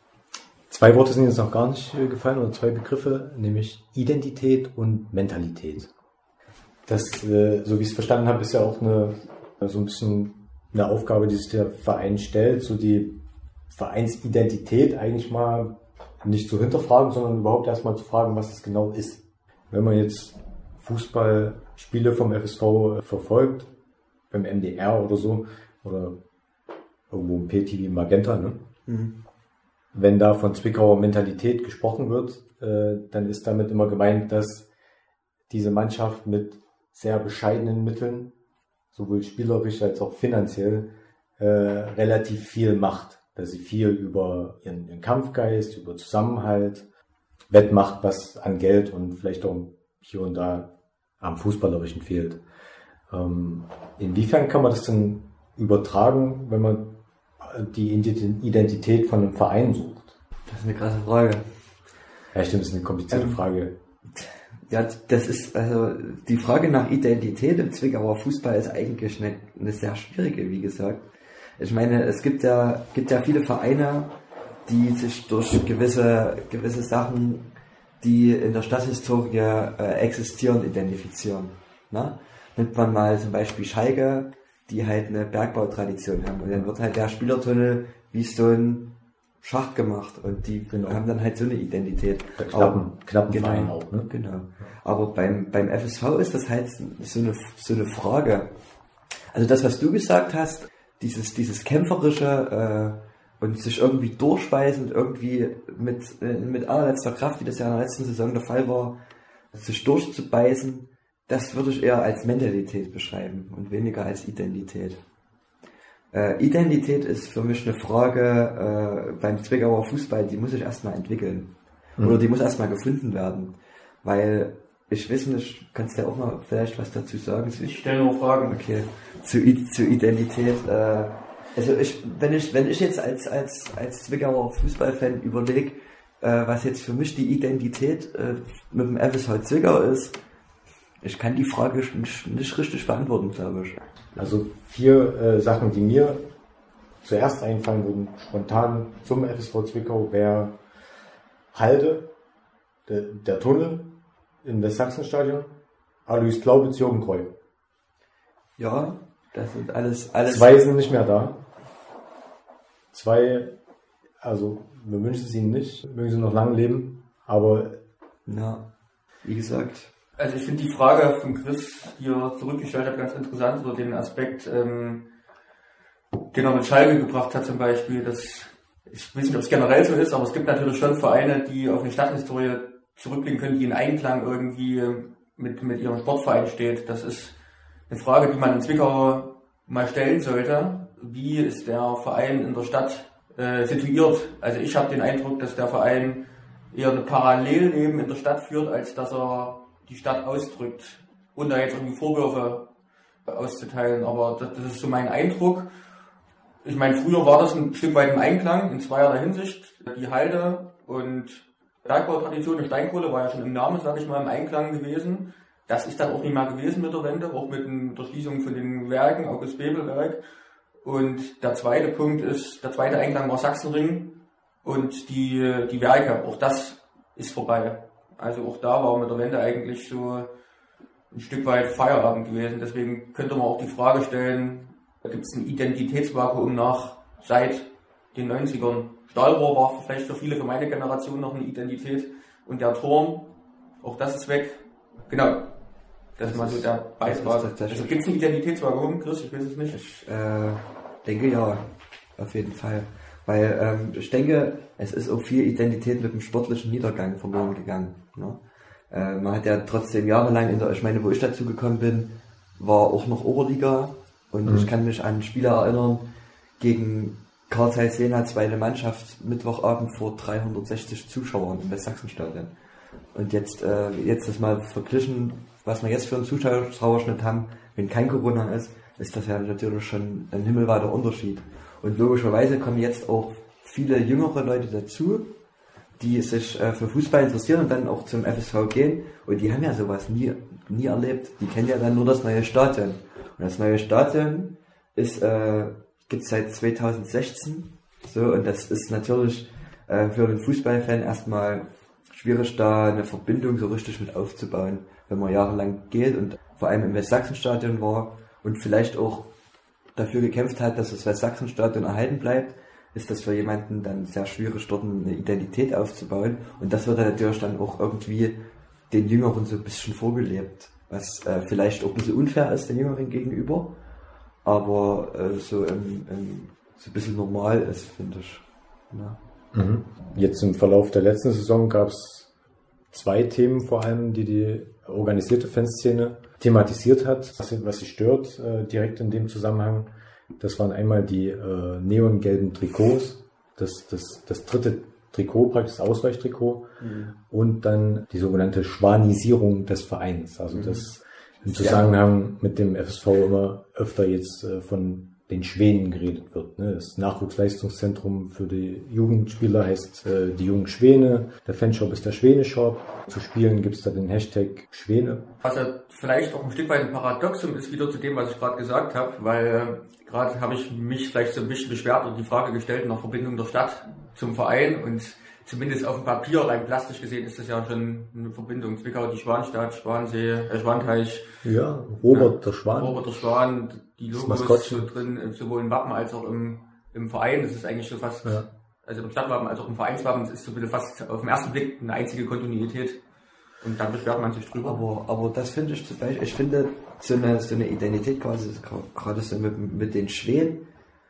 2 Worte sind jetzt noch gar nicht gefallen, oder 2 Begriffe, nämlich Identität und Mentalität. Das, so wie ich es verstanden habe, ist ja auch so ein bisschen eine Aufgabe, die sich der Verein stellt, so die Vereinsidentität eigentlich mal nicht zu hinterfragen, sondern überhaupt erstmal zu fragen, was es genau ist. Wenn man jetzt Fußballspiele vom FSV verfolgt, beim MDR oder so, oder irgendwo im PTV Magenta, ne? Mhm. Wenn da von Zwickauer Mentalität gesprochen wird, dann ist damit immer gemeint, dass diese Mannschaft mit sehr bescheidenen Mitteln, sowohl spielerisch als auch finanziell, relativ viel macht. Dass sie viel über ihren Kampfgeist, über Zusammenhalt wettmacht, was an Geld und vielleicht auch hier und da am Fußballerischen fehlt. Inwiefern kann man das denn übertragen, wenn man die Identität von einem Verein sucht? Das ist eine krasse Frage. Ja, stimmt, das ist eine komplizierte Frage. Ja, das ist, also, die Frage nach Identität im Zwickauer Fußball ist eigentlich eine sehr schwierige, wie gesagt. Ich meine, es gibt ja viele Vereine, die sich durch gewisse Sachen, die in der Stadthistorie existieren, identifizieren. Ne? Nimmt man mal zum Beispiel Schalke, die halt eine Bergbautradition haben. Und dann wird halt der Spielertunnel wie so ein Schacht gemacht und die haben dann halt so eine Identität. Der knappen genau, Verein auch, ne? Genau. Aber beim FSV ist das halt so eine Frage. Also das, was du gesagt hast, dieses kämpferische und sich irgendwie durchbeißen und irgendwie mit allerletzter Kraft, wie das ja in der letzten Saison der Fall war, sich durchzubeißen, das würde ich eher als Mentalität beschreiben und weniger als Identität. Identität ist für mich eine Frage beim Zwickauer Fußball, die muss sich erstmal entwickeln. Oder die muss erstmal gefunden werden. Weil Ich weiß nicht, kannst du ja auch mal vielleicht was dazu sagen? Ich stelle nur Fragen. Okay, zu Identität. Also wenn ich jetzt als Zwickauer Fußballfan überlege, was jetzt für mich die Identität mit dem FSV Zwickau ist, ich kann die Frage nicht richtig beantworten, glaube ich. Also 4 Sachen, die mir zuerst einfallen würden, spontan zum FSV Zwickau, wäre Halde, der Tunnel im Westsachsenstadion, Alois Glaubitz, Jürgen Kreu. Ja, das sind alles. 2 sind nicht mehr da. 2, also wir wünschen es ihnen nicht, mögen sie noch lange leben, aber ja, wie gesagt. Also ich finde die Frage von Chris, die er zurückgestellt hat, ganz interessant, oder den Aspekt, den er mit Schalke gebracht hat zum Beispiel, dass, ich weiß nicht, ob es generell so ist, aber es gibt natürlich schon Vereine, die auf eine Stadthistorie zurückblicken können, die in Einklang irgendwie mit ihrem Sportverein steht. Das ist eine Frage, die man in Zwickau mal stellen sollte. Wie ist der Verein in der Stadt situiert? Also ich habe den Eindruck, dass der Verein eher ein Parallelleben in der Stadt führt, als dass er die Stadt ausdrückt, ohne da jetzt irgendwie Vorwürfe auszuteilen. Aber das ist so mein Eindruck. Ich meine, früher war das ein Stück weit im Einklang, in zweierlei Hinsicht. Die Halde und Bergbautradition der Steinkohle war ja schon im Namen, sage ich mal, im Einklang gewesen. Das ist dann auch nicht mehr gewesen mit der Wende, auch mit der Schließung von den Werken, August-Bebel-Werk. Und der zweite Punkt ist, der zweite Einklang war Sachsenring und die Werke, auch das ist vorbei. Also auch da war mit der Wende eigentlich so ein Stück weit Feierabend gewesen. Deswegen könnte man auch die Frage stellen, gibt es ein Identitätsvakuum seit den 90ern? Stahlrohr war vielleicht für viele, für meine Generation noch eine Identität. Und der Turm, auch das ist weg. Genau. Das ist mal so der Beitrag. Also gibt es ein Identitätsvakuum, Chris? Ich weiß es nicht. Ich denke ja, auf jeden Fall. Weil ich denke, es ist auch viel Identität mit dem sportlichen Niedergang verloren gegangen. Ne? Man hat ja trotzdem jahrelang ich meine, wo ich dazu gekommen bin, war auch noch Oberliga. Und ich kann mich an Spiele erinnern, gegen Karl Zeiss Jena, zweite Mannschaft, Mittwochabend vor 360 Zuschauern im Westsachsenstadion. Und jetzt das mal verglichen, was wir jetzt für einen Zuschauerschnitt haben, wenn kein Corona ist das ja natürlich schon ein himmelweiter Unterschied. Und logischerweise kommen jetzt auch viele jüngere Leute dazu, die sich für Fußball interessieren und dann auch zum FSV gehen. Und die haben ja sowas nie erlebt. Die kennen ja dann nur das neue Stadion. Und das neue Stadion gibt es seit 2016. So, und das ist natürlich für den Fußballfan erstmal schwierig, da eine Verbindung so richtig mit aufzubauen, wenn man jahrelang geht und vor allem im Westsachsenstadion war und vielleicht auch dafür gekämpft hat, dass das Westsachsenstadion erhalten bleibt, ist das für jemanden dann sehr schwierig, dort eine Identität aufzubauen. Und das wird natürlich dann auch irgendwie den Jüngeren so ein bisschen vorgelebt, was vielleicht auch ein bisschen unfair ist den Jüngeren gegenüber, aber so ein bisschen normal ist, finde ich. Ja. Jetzt im Verlauf der letzten Saison gab es 2 Themen vor allem, die organisierte Fanszene thematisiert hat, was sie stört direkt in dem Zusammenhang. Das waren einmal die neongelben Trikots, das dritte Trikot, praktisch das Ausweichtrikot, und dann die sogenannte Schwanisierung des Vereins. Also das im Zusammenhang mit dem FSV immer öfter jetzt von den Schwänen geredet wird. Ne? Das Nachwuchsleistungszentrum für die Jugendspieler heißt die jungen Schwäne. Der Fanshop ist der Schwäne-Shop. Zu Spielen gibt es da den Hashtag Schwäne. Was ja vielleicht auch ein Stück weit ein Paradoxum ist, wieder zu dem, was ich gerade gesagt habe, weil gerade habe ich mich vielleicht so ein bisschen beschwert und die Frage gestellt nach Verbindung der Stadt zum Verein, und zumindest auf dem Papier, rein plastisch gesehen, ist das ja schon eine Verbindung. Zwickau, die Schwanstadt, Schwanteich. Ja, Robert der Schwan. Robert der Schwan, die Logos so drin, sowohl im Wappen als auch im Verein. Das ist eigentlich so fast, also im Stadtwappen als auch im Vereinswappen, das ist so ein bisschen fast auf den ersten Blick eine einzige Kontinuität. Und dann beschwert man sich drüber. Aber das finde ich zum Beispiel, ich finde so eine Identität quasi, gerade so mit den Schwänen,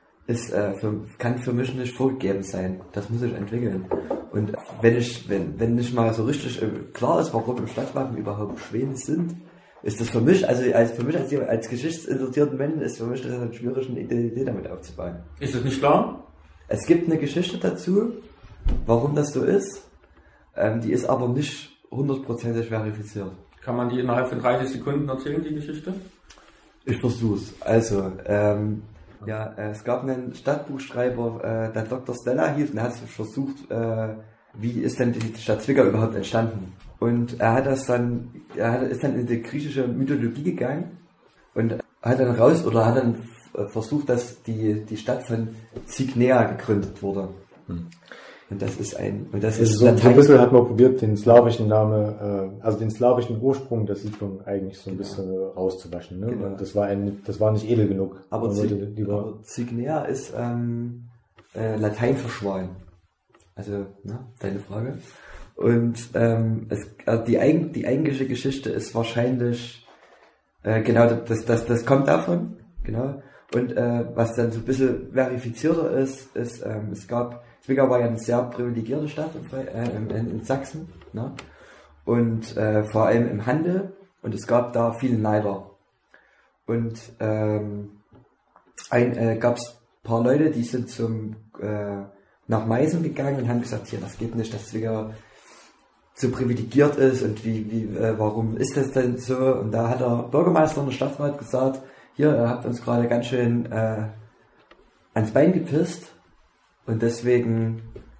kann für mich nicht vorgegeben sein. Das muss ich entwickeln. Und wenn nicht mal so richtig klar ist, warum im Stadtwappen überhaupt Schwäne sind, ist das für mich, als geschichtsinteressierten Menschen, ist für mich das halt schwierig, eine Identität damit aufzubauen. Ist das nicht klar? Es gibt eine Geschichte dazu, warum das so ist. Die ist aber nicht 100% verifiziert. Kann man die innerhalb von 30 Sekunden erzählen, die Geschichte? Ich versuch's. Also, es gab einen Stadtbuchschreiber, der Dr. Stella hieß, und er hat versucht, wie ist denn die Stadt Zwickau überhaupt entstanden? Und er ist dann in die griechische Mythologie gegangen und hat dann versucht, dass die Stadt von Cygnea gegründet wurde. Und das ist so ein bisschen hat man probiert, den slawischen Namen, also den slawischen Ursprung der Siedlung eigentlich so ein bisschen rauszuwaschen. Ne? Genau. Und das war nicht edel genug. Aber Cygnea ist Latein für Schwein. Also, deine Frage. Und die eigentliche Geschichte ist wahrscheinlich genau, das kommt davon, genau. Und was dann so ein bisschen verifizierter ist, Zwickau war ja eine sehr privilegierte Stadt in Sachsen, ne? Und vor allem im Handel, und es gab da viele Neider. Und gab es ein paar Leute, die sind nach Meißen gegangen und haben gesagt, hier, das geht nicht, dass Zwickau so privilegiert ist und warum ist das denn so? Und da hat der Bürgermeister und der Stadtrat gesagt, hier, ihr habt uns gerade ganz schön ans Bein gepisst und deswegen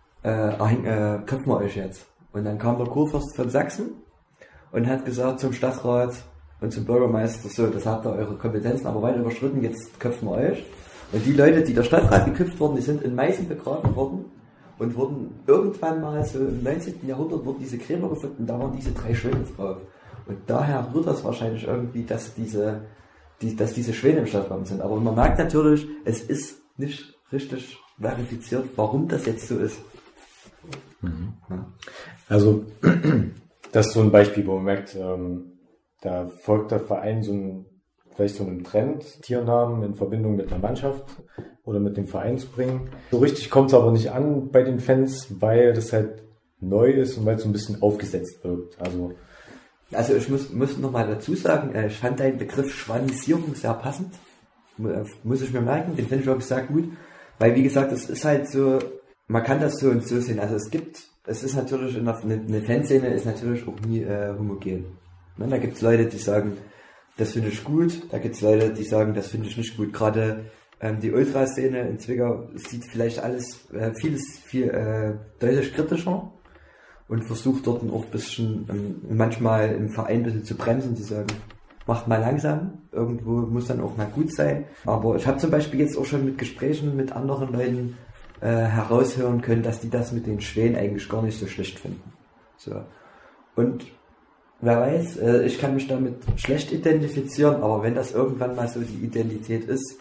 köpfen wir euch jetzt. Und dann kam der Kurfürst von Sachsen und hat gesagt zum Stadtrat und zum Bürgermeister, so, das habt ihr eure Kompetenzen aber weit überschritten, jetzt köpfen wir euch. Und die Leute, die der Stadtrat geköpft wurden, die sind in Meißen begraben worden und wurden irgendwann mal so im 19. Jahrhundert wurden diese Gräber gefunden und da waren diese 3 Schwäne drauf. Und daher rührt das wahrscheinlich irgendwie, dass diese Schwäne im Stadtwappen sind. Aber man merkt natürlich, es ist nicht richtig verifiziert, warum das jetzt so ist. Mhm. Ja. Also, das ist so ein Beispiel, wo man merkt, da folgt der Verein vielleicht so einem Trend, Tiernamen in Verbindung mit einer Mannschaft oder mit dem Verein zu bringen. So richtig kommt es aber nicht an bei den Fans, weil das halt neu ist und weil es so ein bisschen aufgesetzt wirkt. Also ich muss noch mal dazu sagen, ich fand deinen Begriff Schwanisierung sehr passend. Muss ich mir merken, den finde ich wirklich sehr gut. Weil, wie gesagt, es ist halt so, man kann das so und so sehen. Also es ist natürlich, eine Fanszene ist natürlich auch nie homogen. Ne? Da gibt es Leute, die sagen, das finde ich gut. Da gibt es Leute, die sagen, das finde ich nicht gut. Gerade die Ultraszene in Zwickau sieht vielleicht vieles viel deutlich kritischer und versucht dort auch ein bisschen, manchmal im Verein ein bisschen zu bremsen, zu sagen, macht mal langsam, irgendwo muss dann auch mal gut sein. Aber ich habe zum Beispiel jetzt auch schon mit Gesprächen mit anderen Leuten heraushören können, dass die das mit den Schwänen eigentlich gar nicht so schlecht finden. So. Und wer weiß, ich kann mich damit schlecht identifizieren, aber wenn das irgendwann mal so die Identität ist,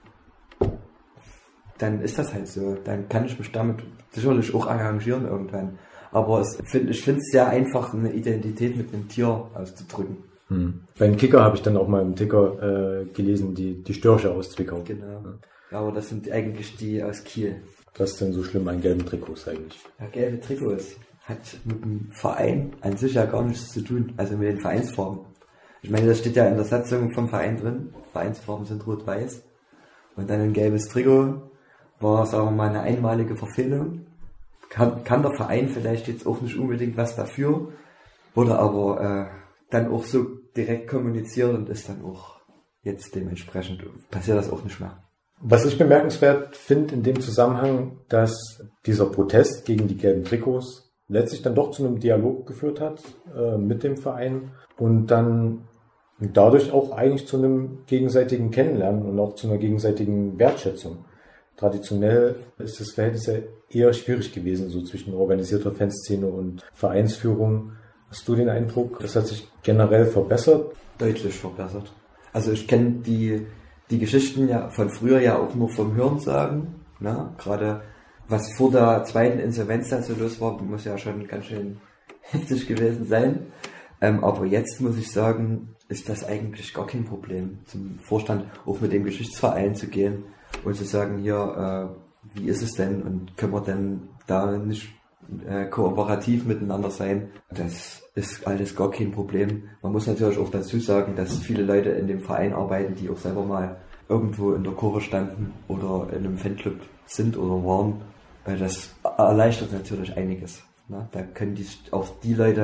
dann ist das halt so. Dann kann ich mich damit sicherlich auch arrangieren irgendwann. Aber ich finde es sehr einfach, eine Identität mit einem Tier auszudrücken. Beim Kicker habe ich dann auch mal im Ticker gelesen, die Störche aus Zwickau. Genau. Ja, aber das sind eigentlich die aus Kiel. Was ist denn so schlimm an gelben Trikots eigentlich? Ja, gelbe Trikots hat mit dem Verein an sich ja gar nichts zu tun, also mit den Vereinsfarben. Ich meine, das steht ja in der Satzung vom Verein drin, Vereinsfarben sind rot-weiß. Und dann ein gelbes Trikot war, sagen wir mal, eine einmalige Verfehlung. Kann der Verein vielleicht jetzt auch nicht unbedingt was dafür, wurde aber dann auch so direkt kommuniziert und ist dann auch jetzt dementsprechend, passiert das auch nicht mehr. Was ich bemerkenswert finde in dem Zusammenhang, dass dieser Protest gegen die gelben Trikots letztlich dann doch zu einem Dialog geführt hat mit dem Verein und dann dadurch auch eigentlich zu einem gegenseitigen Kennenlernen und auch zu einer gegenseitigen Wertschätzung. Traditionell ist das Verhältnis ja eher schwierig gewesen, so zwischen organisierter Fanszene und Vereinsführung. Hast du den Eindruck, das hat sich generell verbessert? Deutlich verbessert. Also ich kenne die Geschichten ja von früher ja auch nur vom Hörensagen. Ne? Gerade was vor der zweiten Insolvenz da so los war, muss ja schon ganz schön heftig gewesen sein. Aber jetzt muss ich sagen, ist das eigentlich gar kein Problem, zum Vorstand auch mit dem Geschichtsverein zu gehen und zu sagen, hier, wie ist es denn und können wir denn da nicht kooperativ miteinander sein? Das ist alles gar kein Problem. Man muss natürlich auch dazu sagen, dass viele Leute in dem Verein arbeiten, die auch selber mal irgendwo in der Kurve standen oder in einem Fanclub sind oder waren. Das erleichtert natürlich einiges. Ne? Da können auch die Leute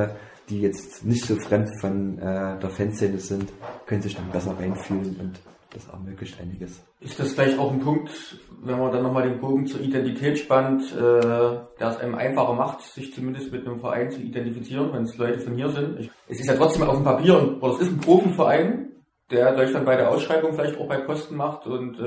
die jetzt nicht so fremd von der Fanszene sind, können sich dann besser reinfühlen und das ermöglicht einiges. Ist das vielleicht auch ein Punkt, wenn man dann nochmal den Bogen zur Identität spannt, der es einem einfacher macht, sich zumindest mit einem Verein zu identifizieren, wenn es Leute von hier sind? Es ist ja trotzdem auf dem Papier, oder es ist ein Profiverein, der deutschlandweite Ausschreibung vielleicht auch bei Kosten macht und ist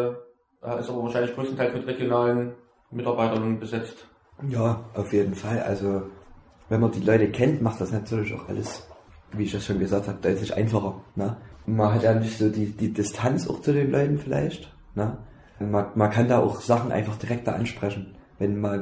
aber wahrscheinlich größtenteils mit regionalen Mitarbeitern besetzt. Ja, auf jeden Fall. Also wenn man die Leute kennt, macht das natürlich auch alles, wie ich das schon gesagt habe, deutlich einfacher. Ne? Man hat ja nicht so die Distanz auch zu den Leuten vielleicht. Ne? Man kann da auch Sachen einfach direkter ansprechen, wenn mal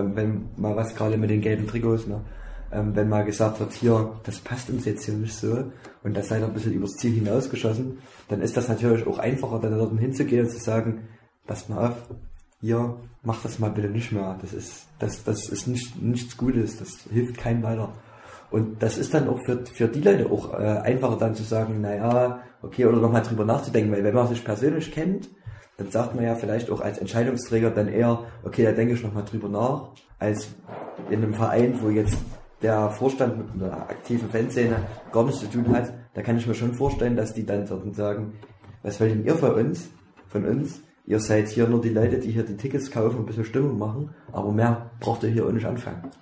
was gerade mit den gelben Trikots, ne? Wenn mal gesagt wird, hier, das passt uns jetzt hier nicht so und das seid ihr ein bisschen übers Ziel hinausgeschossen, dann ist das natürlich auch einfacher, dann dort hinzugehen und zu sagen, passt mal auf, hier, mach das mal bitte nicht mehr. Das ist nichts Gutes, das hilft keinem weiter. Und das ist dann auch für die Leute auch einfacher dann zu sagen, naja, okay, oder nochmal drüber nachzudenken, weil wenn man sich persönlich kennt, dann sagt man ja vielleicht auch als Entscheidungsträger dann eher, okay, da denke ich nochmal drüber nach, als in einem Verein, wo jetzt der Vorstand mit einer aktiven Fanszene gar nichts zu tun hat. Da kann ich mir schon vorstellen, dass die dann sagen, was wollt denn ihr von uns? Ihr seid hier nur die Leute, die hier die Tickets kaufen und ein bisschen Stimmung machen, aber mehr braucht ihr hier auch nicht anfangen.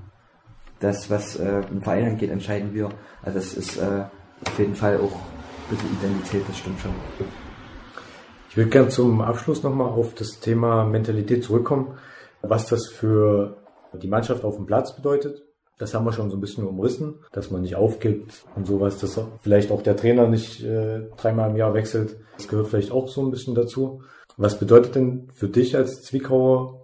Das, was im Verein angeht, entscheiden wir. Also das ist auf jeden Fall auch ein bisschen Identität, das stimmt schon. Ich würde gerne zum Abschluss nochmal auf das Thema Mentalität zurückkommen, was das für die Mannschaft auf dem Platz bedeutet. Das haben wir schon so ein bisschen umrissen, dass man nicht aufgibt und sowas, dass vielleicht auch der Trainer nicht 3-mal im Jahr wechselt. Das gehört vielleicht auch so ein bisschen dazu. Was bedeutet denn für dich als Zwickauer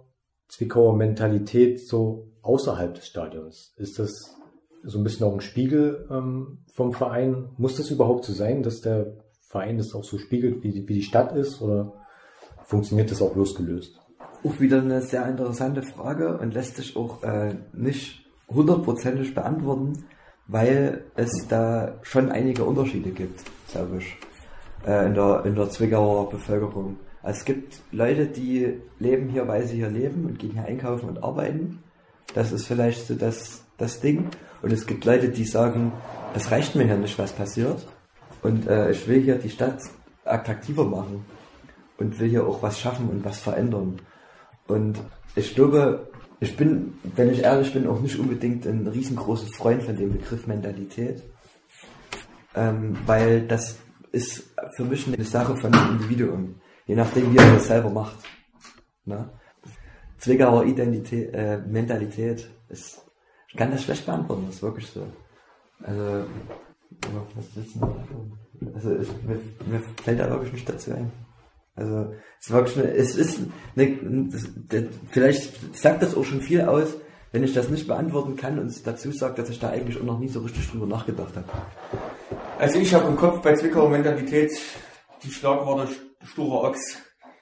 Mentalität so außerhalb des Stadions? Ist das so ein bisschen auch ein Spiegel vom Verein? Muss das überhaupt so sein, dass der Verein das auch so spiegelt, wie die Stadt ist, oder funktioniert das auch losgelöst? Auch wieder eine sehr interessante Frage und lässt sich auch nicht 100% beantworten, weil es da schon einige Unterschiede gibt, glaube ich, in der Zwickauer Bevölkerung. Also es gibt Leute, die leben hier, weil sie hier leben und gehen hier einkaufen und arbeiten. Das ist vielleicht so das Ding. Und es gibt Leute, die sagen, es reicht mir hier nicht, was passiert. Und ich will hier die Stadt attraktiver machen und will hier auch was schaffen und was verändern. Und ich glaube, wenn ich ehrlich bin, auch nicht unbedingt ein riesengroßer Freund von dem Begriff Mentalität, weil das ist für mich eine Sache von dem Individuum, je nachdem wie er das selber macht. Ne? Zwickauer Mentalität ist, ich kann das schlecht beantworten, das ist wirklich so. Also mir fällt da wirklich nicht dazu ein. Also es ist wirklich vielleicht sagt das auch schon viel aus, wenn ich das nicht beantworten kann und dazu sage, dass ich da eigentlich auch noch nie so richtig drüber nachgedacht habe. Also ich habe im Kopf bei Zwickauer Mentalität die Schlagworte sturer Ochs.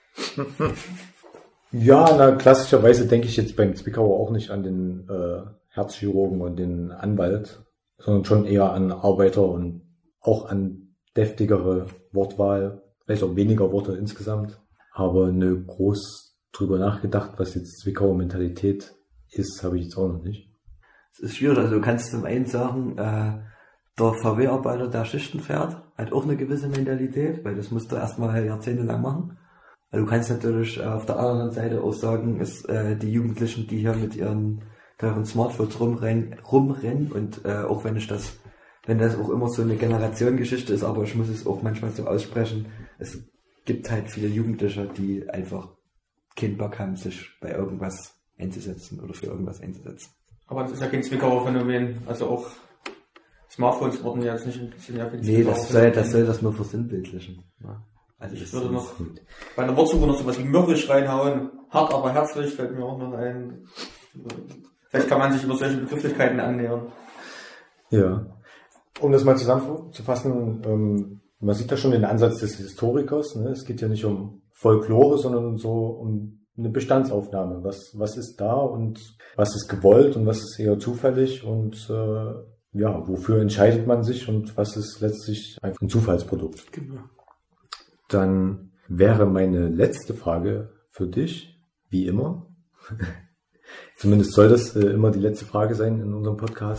Ja, klassischerweise denke ich jetzt beim Zwickauer auch nicht an den Herzchirurgen und den Anwalt, sondern schon eher an Arbeiter und auch an deftigere Wortwahl, vielleicht auch weniger Worte insgesamt. Aber groß drüber nachgedacht, was jetzt Zwickauer Mentalität ist, habe ich jetzt auch noch nicht. Es ist schwierig, also du kannst zum einen sagen, der VW-Arbeiter, der Schichten fährt, hat auch eine gewisse Mentalität, weil das musst du erstmal jahrzehntelang machen. Also du kannst natürlich auf der anderen Seite auch sagen, die Jugendlichen, die hier mit ihren teuren Smartphones rumrennen und auch wenn das auch immer so eine Generationengeschichte ist, aber ich muss es auch manchmal so aussprechen, es gibt halt viele Jugendliche, die einfach keinen Bock haben, sich bei irgendwas einzusetzen oder für irgendwas einzusetzen. Aber das ist ja kein Zwickauer Phänomen, also auch Smartphones wurden ja jetzt nicht sind ja nee, das soll das nur versinnbildlichen. Ja. Also ich würde noch bei einer Wortsuche noch sowas wie mürrisch reinhauen, hart aber herzlich fällt mir auch noch ein. Vielleicht kann man sich über solche Begrifflichkeiten annähern. Ja. Um das mal zusammenzufassen, man sieht da schon den Ansatz des Historikers. Ne? Es geht ja nicht um Folklore, sondern so um eine Bestandsaufnahme. Was ist da und was ist gewollt und was ist eher zufällig und wofür entscheidet man sich und was ist letztlich einfach ein Zufallsprodukt. Genau. Dann wäre meine letzte Frage für dich, wie immer, zumindest soll das immer die letzte Frage sein in unserem Podcast.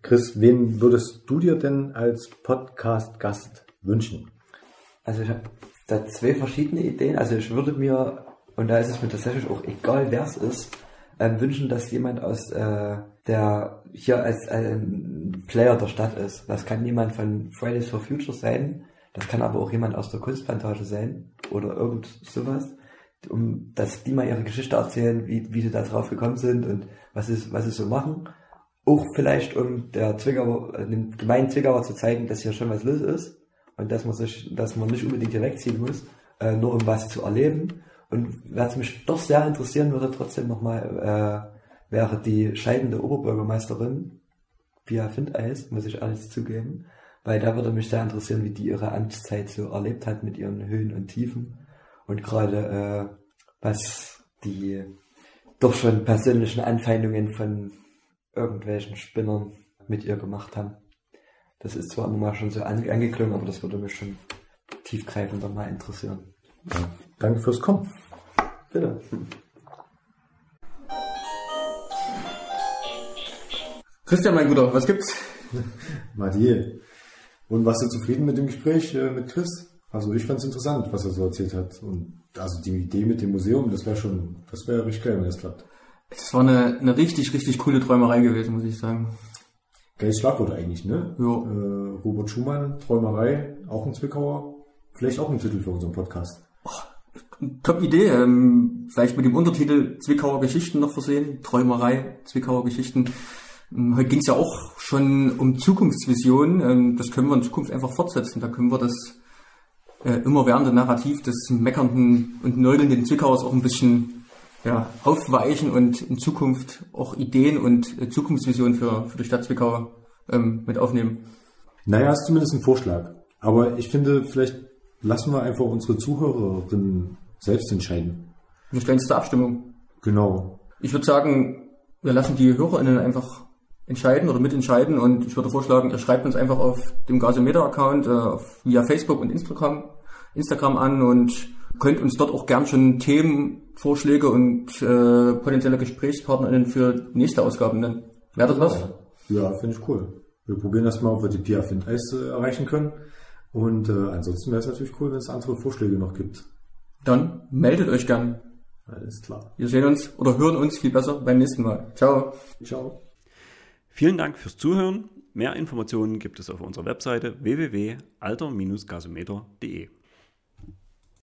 Chris, wen würdest du dir denn als Podcast-Gast wünschen? Also ich habe da 2 verschiedene Ideen. Also ich würde mir, und da ist es mir tatsächlich auch egal, wer es ist, wünschen, dass jemand aus der hier als Player der Stadt ist. Das kann jemand von Fridays for Future sein, das kann aber auch jemand aus der Kunstplantage sein oder irgend sowas, dass die mal ihre Geschichte erzählen, wie sie da drauf gekommen sind und was sie so machen. Auch vielleicht, um dem gemeinen Zwickauer zu zeigen, dass hier schon was los ist und dass man nicht unbedingt hier wegziehen muss, nur um was zu erleben. Und was mich doch sehr interessieren würde, trotzdem nochmal, wäre die scheidende Oberbürgermeisterin, Pia Findeis, muss ich alles zugeben, weil da würde mich sehr interessieren, wie die ihre Amtszeit so erlebt hat mit ihren Höhen und Tiefen und gerade was die doch schon persönlichen Anfeindungen von irgendwelchen Spinnern mit ihr gemacht haben. Das ist zwar immer mal schon so angeklungen, aber das würde mich schon tiefgreifender mal interessieren. Ja, danke fürs Kommen. Bitte. Christian, mein Guter, was gibt's? Madier. Und warst du zufrieden mit dem Gespräch mit Chris? Also ich fand es interessant, was er so erzählt hat. Und also die Idee mit dem Museum, das wäre richtig geil, wenn das klappt. Das war eine richtig, richtig coole Träumerei gewesen, muss ich sagen. Geiles Schlagwort eigentlich, ne? Ja. Robert Schumann, Träumerei, auch ein Zwickauer. Vielleicht auch ein Titel für unseren Podcast. Top Idee. Vielleicht mit dem Untertitel Zwickauer Geschichten noch versehen. Träumerei, Zwickauer Geschichten. Heute ging es ja auch schon um Zukunftsvisionen. Das können wir in Zukunft einfach fortsetzen. Da können wir das immerwährende Narrativ des meckernden und nörgelnden Zwickauers auch ein bisschen aufweichen und in Zukunft auch Ideen und Zukunftsvisionen für die Stadt Zwickau mit aufnehmen. Naja, ist zumindest ein Vorschlag. Aber ich finde, vielleicht lassen wir einfach unsere Zuhörerinnen selbst entscheiden. Wir stellen es zur Abstimmung. Genau. Ich würde sagen, wir lassen die HörerInnen einfach entscheiden oder mitentscheiden und ich würde vorschlagen, ihr schreibt uns einfach auf dem Gasometer-Account via Facebook und Instagram an und könnt uns dort auch gern schon Themenvorschläge und potenzielle GesprächspartnerInnen für nächste Ausgaben nennen. Wäre das was? Ja, finde ich cool. Wir probieren das mal, ob wir die Pia Findeis erreichen können. Und ansonsten wäre es natürlich cool, wenn es andere Vorschläge noch gibt. Dann meldet euch gern. Alles klar. Wir sehen uns oder hören uns viel besser beim nächsten Mal. Ciao. Ciao. Vielen Dank fürs Zuhören. Mehr Informationen gibt es auf unserer Webseite www.alter-gasometer.de.